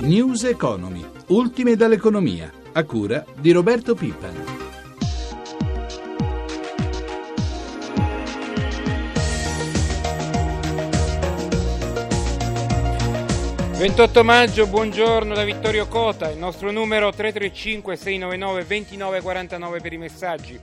News Economy, ultime dall'economia, a cura di Roberto Pippan. 28 maggio, buongiorno da Vittorio Cota, il nostro numero 335 699 2949 per i messaggi.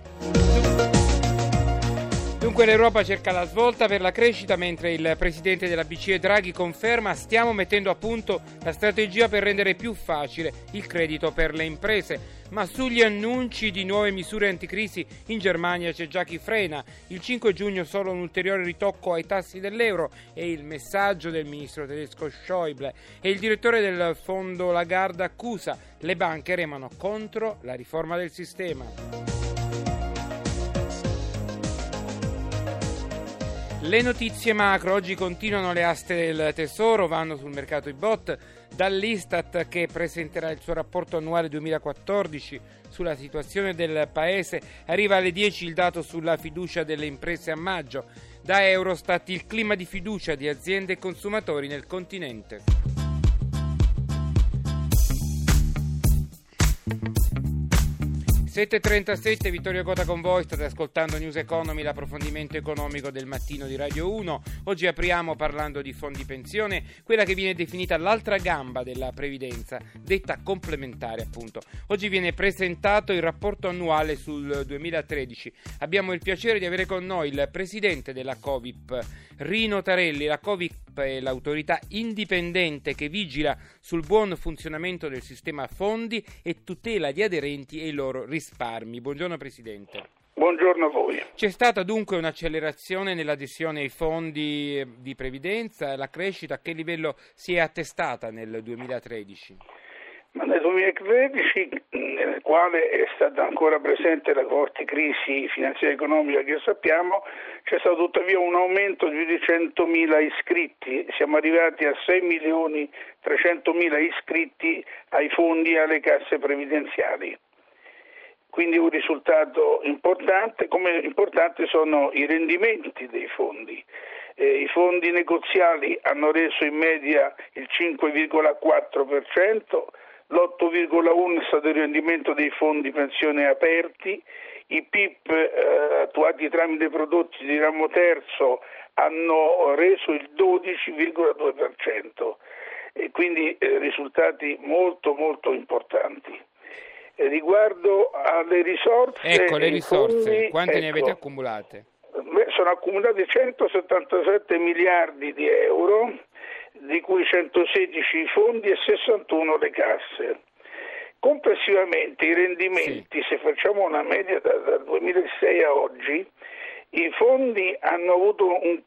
Dunque l'Europa cerca la svolta per la crescita, mentre il presidente della BCE Draghi conferma: stiamo mettendo a punto la strategia per rendere più facile il credito per le imprese. Ma sugli annunci di nuove misure anticrisi in Germania c'è già chi frena. Il 5 giugno solo un ulteriore ritocco ai tassi dell'euro e il messaggio del ministro tedesco Schäuble. E il direttore del fondo Lagarde accusa: le banche remano contro la riforma del sistema. Le notizie macro, oggi continuano le aste del tesoro, vanno sul mercato i bot, dall'Istat che presenterà il suo rapporto annuale 2014 sulla situazione del paese, arriva alle 10 il dato sulla fiducia delle imprese a maggio, da Eurostat il clima di fiducia di aziende e consumatori nel continente. Sette e 37, Vittorio Cota con voi, state ascoltando News Economy, l'approfondimento economico del mattino di Radio 1. Oggi apriamo parlando di fondi pensione, quella che viene definita l'altra gamba della previdenza, detta complementare appunto. Oggi viene presentato il rapporto annuale sul 2013. Abbiamo il piacere di avere con noi il presidente della COVIP, Rino Tarelli. La COVIP è l'autorità indipendente che vigila sul buon funzionamento del sistema fondi e tutela gli aderenti e i loro risparmi. Buongiorno Presidente. Buongiorno a voi. C'è stata dunque un'accelerazione nell'adesione ai fondi di previdenza, la crescita a che livello si è attestata nel 2013? Ma nel 2013, nel quale è stata ancora presente la forte crisi finanziaria e economica che sappiamo, c'è stato tuttavia un aumento di 100.000 iscritti, siamo arrivati a 6.300.000 iscritti ai fondi e alle casse previdenziali. Quindi un risultato importante, come importanti sono i rendimenti dei fondi. I fondi negoziali hanno reso in media il 5,4%, l'8,1% è stato il rendimento dei fondi pensione aperti, i PIP attuati tramite prodotti di ramo terzo hanno reso il 12,2%, e quindi risultati molto molto importanti. Riguardo alle risorse, le risorse, fondi, quante ne avete accumulate? Sono accumulati 177 miliardi di euro, di cui 116 i fondi e 61 le casse. Complessivamente i rendimenti, se facciamo una media dal 2006 a oggi, i fondi hanno avuto un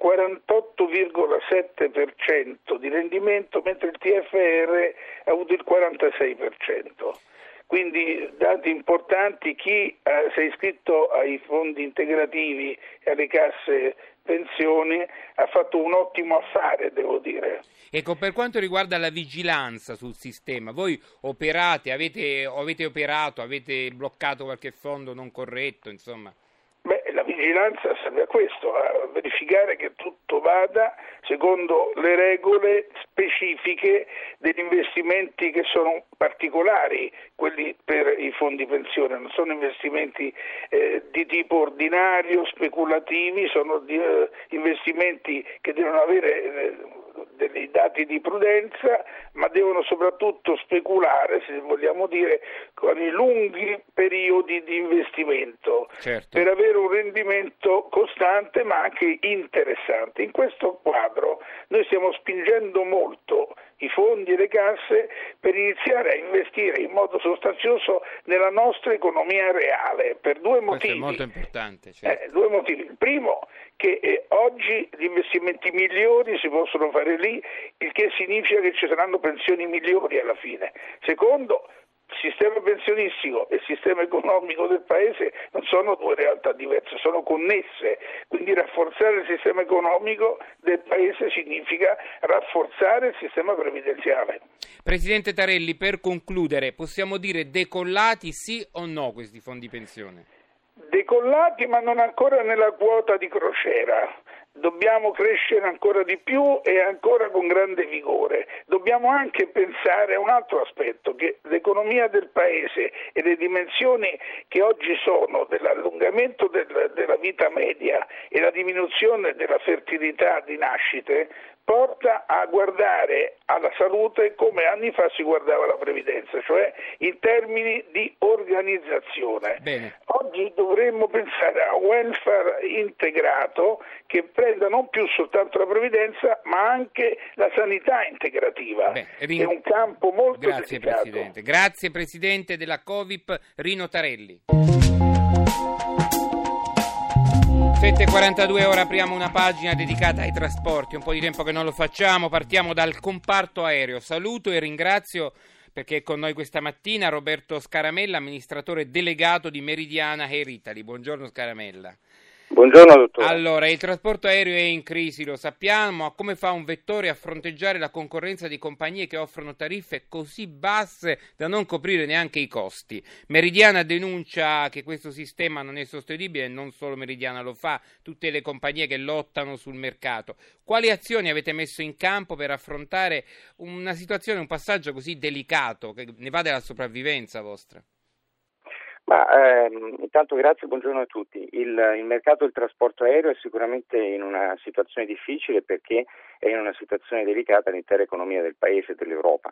48,7% di rendimento, mentre il TFR ha avuto il 46%. Quindi dati importanti. Chi si è iscritto ai fondi integrativi e alle casse pensioni ha fatto un ottimo affare, devo dire. Ecco, per quanto riguarda la vigilanza sul sistema, voi operate, avete operato, avete bloccato qualche fondo non corretto, insomma? La vigilanza serve a questo, a verificare che tutto vada secondo le regole specifiche degli investimenti che sono particolari, quelli per i fondi pensione, non sono investimenti di tipo ordinario, speculativi, sono investimenti che devono avere dei dati di prudenza, ma devono soprattutto speculare, se vogliamo dire, con i lunghi periodi di investimento, certo, per avere un rendimento costante ma anche interessante. In questo quadro noi stiamo spingendo molto i fondi e le casse per iniziare a investire in modo sostanzioso nella nostra economia reale, per due motivi. Questo è molto importante. Certo. Due motivi. Il primo, che oggi gli investimenti migliori si possono fare lì, il che significa che ci saranno pensioni migliori alla fine. Secondo, il sistema pensionistico e il sistema economico del Paese non sono due realtà diverse, sono connesse, quindi rafforzare il sistema economico del Paese significa rafforzare il sistema previdenziale. Presidente Tarelli, per concludere, possiamo dire decollati sì o no questi fondi pensione? Decollati, ma non ancora nella quota di crociera. Dobbiamo crescere ancora di più e ancora con grande vigore. dobbiamo anche pensare a un altro aspetto, che l'economia del Paese e le dimensioni che oggi sono dell'allungamento della vita media e la diminuzione della fertilità di nascite porta a guardare alla salute come anni fa si guardava alla previdenza, cioè in termini di organizzazione. Bene. Oggi dovremmo pensare a welfare integrato che prenda non più soltanto la previdenza ma anche la sanità integrativa, che è un campo molto Grazie delicato. Presidente. Grazie Presidente della Covip Rino Tarelli. 7:42, ora apriamo una pagina dedicata ai trasporti, un po' di tempo che non lo facciamo, partiamo dal comparto aereo. Saluto e ringrazio, perché è con noi questa mattina, Roberto Scaramella, amministratore delegato di Meridiana Air Italy. Buongiorno Scaramella. Buongiorno dottore. Allora, il trasporto aereo è in crisi, lo sappiamo, ma come fa un vettore a fronteggiare la concorrenza di compagnie che offrono tariffe così basse da non coprire neanche i costi? Meridiana denuncia che questo sistema non è sostenibile, e non solo Meridiana lo fa, tutte le compagnie che lottano sul mercato. Quali azioni avete messo in campo per affrontare una situazione, un passaggio così delicato, che ne va della sopravvivenza vostra? Intanto grazie, buongiorno a tutti. Il mercato del trasporto aereo è sicuramente in una situazione difficile perché è in una situazione delicata l'intera economia del Paese e dell'Europa.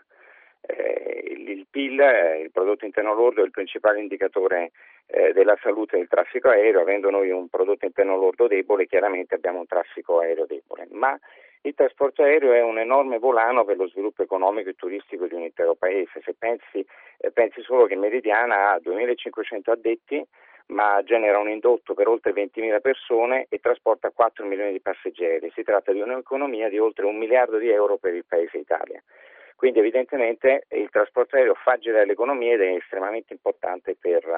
Il PIL, il prodotto interno lordo, è il principale indicatore della salute del traffico aereo. Avendo noi un prodotto interno lordo debole, chiaramente abbiamo un traffico aereo debole, ma il trasporto aereo è un enorme volano per lo sviluppo economico e turistico di un intero paese. Se pensi solo che Meridiana ha 2.500 addetti, ma genera un indotto per oltre 20.000 persone e trasporta 4 milioni di passeggeri. Si tratta di un'economia di oltre 1 miliardo di euro per il paese Italia. Quindi evidentemente il trasporto aereo fa girare l'economia ed è estremamente importante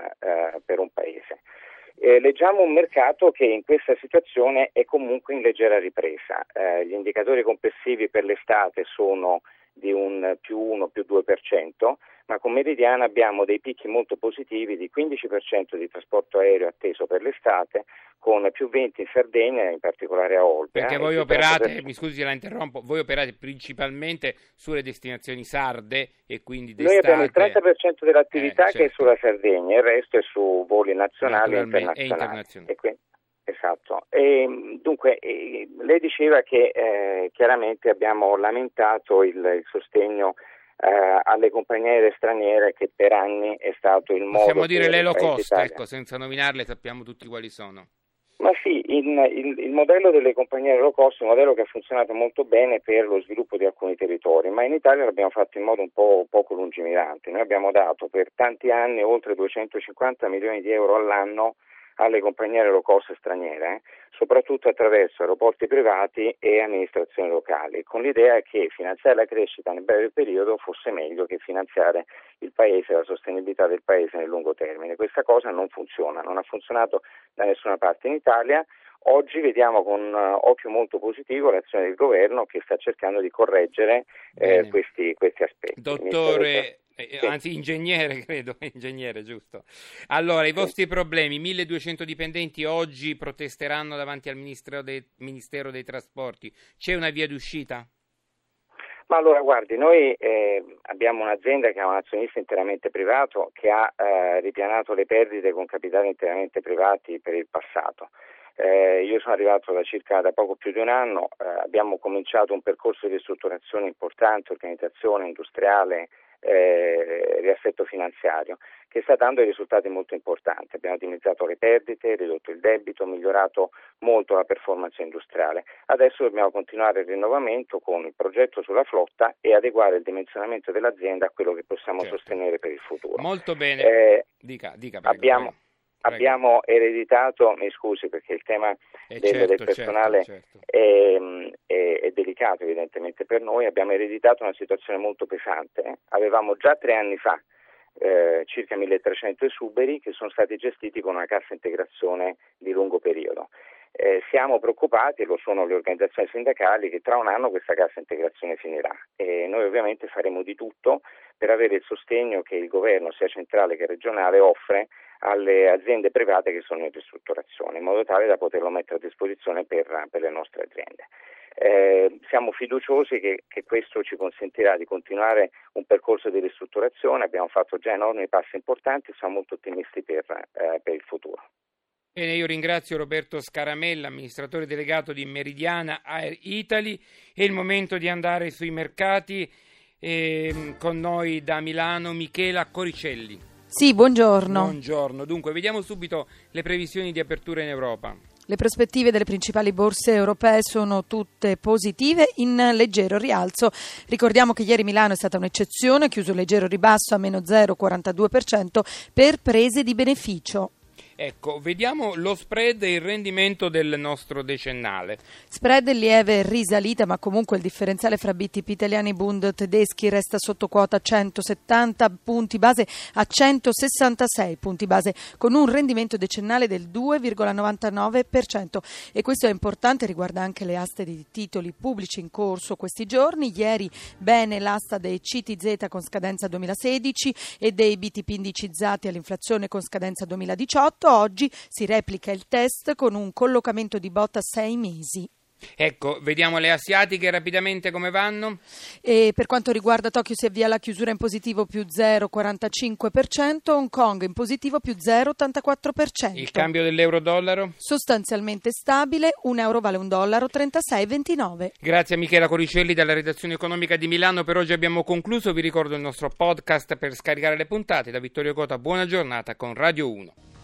per un paese. Leggiamo un mercato che in questa situazione è comunque in leggera ripresa. Gli indicatori complessivi per l'estate sono di un più 1, più 2%, ma con Meridiana abbiamo dei picchi molto positivi di 15% di trasporto aereo atteso per l'estate, con più 20 in Sardegna, in particolare a Olbia. Perché voi operate, mi scusi la interrompo, voi operate principalmente sulle destinazioni sarde e quindi d'estate. Noi abbiamo il 30% dell'attività certo, che è sulla Sardegna, il resto è su voli nazionali e internazionali. Esatto. Dunque, lei diceva che chiaramente abbiamo lamentato il sostegno alle compagnie aeree straniere, che per anni è stato il modo. Possiamo dire le low cost, ecco, senza nominarle sappiamo tutti quali sono. Ma sì, il modello delle compagnie low cost è un modello che ha funzionato molto bene per lo sviluppo di alcuni territori, ma in Italia l'abbiamo fatto in modo un po' poco lungimirante. Noi abbiamo dato per tanti anni oltre 250 milioni di euro all'anno alle compagnie low cost straniere, soprattutto attraverso aeroporti privati e amministrazioni locali, con l'idea che finanziare la crescita nel breve periodo fosse meglio che finanziare il paese, la sostenibilità del paese nel lungo termine. Questa cosa non funziona, non ha funzionato da nessuna parte in Italia. Oggi vediamo con occhio molto positivo l'azione del governo che sta cercando di correggere questi aspetti. Dottore, Sì. Anzi ingegnere, credo, ingegnere, giusto. Allora, i vostri problemi, 1200 dipendenti oggi protesteranno davanti al Ministero dei Trasporti. C'è una via d'uscita? Ma allora, guardi, noi abbiamo un'azienda che ha un azionista interamente privato che ha ripianato le perdite con capitali interamente privati per il passato. Io sono arrivato da poco più di un anno, abbiamo cominciato un percorso di ristrutturazione importante, organizzazione industriale, riassetto finanziario, che sta dando risultati molto importanti. Abbiamo dimezzato le perdite, ridotto il debito, migliorato molto la performance industriale. Adesso dobbiamo continuare il rinnovamento con il progetto sulla flotta e adeguare il dimensionamento dell'azienda a quello che possiamo sostenere per il futuro. Molto bene. Dica, prego. Abbiamo ereditato, mi scusi perché il tema del personale certo. È delicato evidentemente per noi, abbiamo ereditato una situazione molto pesante. Avevamo già 3 anni fa circa 1300 esuberi che sono stati gestiti con una cassa integrazione di lungo periodo. Siamo preoccupati, e lo sono le organizzazioni sindacali, che tra un anno questa cassa integrazione finirà e noi ovviamente faremo di tutto per avere il sostegno che il governo, sia centrale che regionale, offre alle aziende private che sono in ristrutturazione, in modo tale da poterlo mettere a disposizione per le nostre aziende. Siamo fiduciosi che questo ci consentirà di continuare un percorso di ristrutturazione. Abbiamo fatto già enormi passi importanti e siamo molto ottimisti per il futuro. Bene, io ringrazio Roberto Scaramella, amministratore delegato di Meridiana Air Italy. È il momento di andare sui mercati. Con noi da Milano Michela Coricelli. Sì, buongiorno. Buongiorno. Dunque, vediamo subito le previsioni di apertura in Europa. Le prospettive delle principali borse europee sono tutte positive, in leggero rialzo. Ricordiamo che ieri Milano è stata un'eccezione, chiuso leggero ribasso a meno 0,42% per prese di beneficio. Ecco, vediamo lo spread e il rendimento del nostro decennale. Spread lieve risalita, ma comunque il differenziale fra BTP italiani e Bund tedeschi resta sotto quota 170 punti base a 166 punti base, con un rendimento decennale del 2,99%. E questo è importante, riguarda anche le aste di titoli pubblici in corso questi giorni. Ieri bene l'asta dei CTZ con scadenza 2016 e dei BTP indicizzati all'inflazione con scadenza 2018. Oggi si replica il test con un collocamento di BOT a 6 mesi. Ecco, vediamo le asiatiche rapidamente come vanno. E per quanto riguarda Tokyo si avvia la chiusura in positivo più 0,45%, Hong Kong in positivo più 0,84%. Il cambio dell'euro-dollaro? Sostanzialmente stabile, un euro vale $1 36,29. Grazie a Michela Coricelli dalla redazione economica di Milano. Per oggi abbiamo concluso, vi ricordo il nostro podcast per scaricare le puntate. Da Vittorio Cota, buona giornata con Radio 1.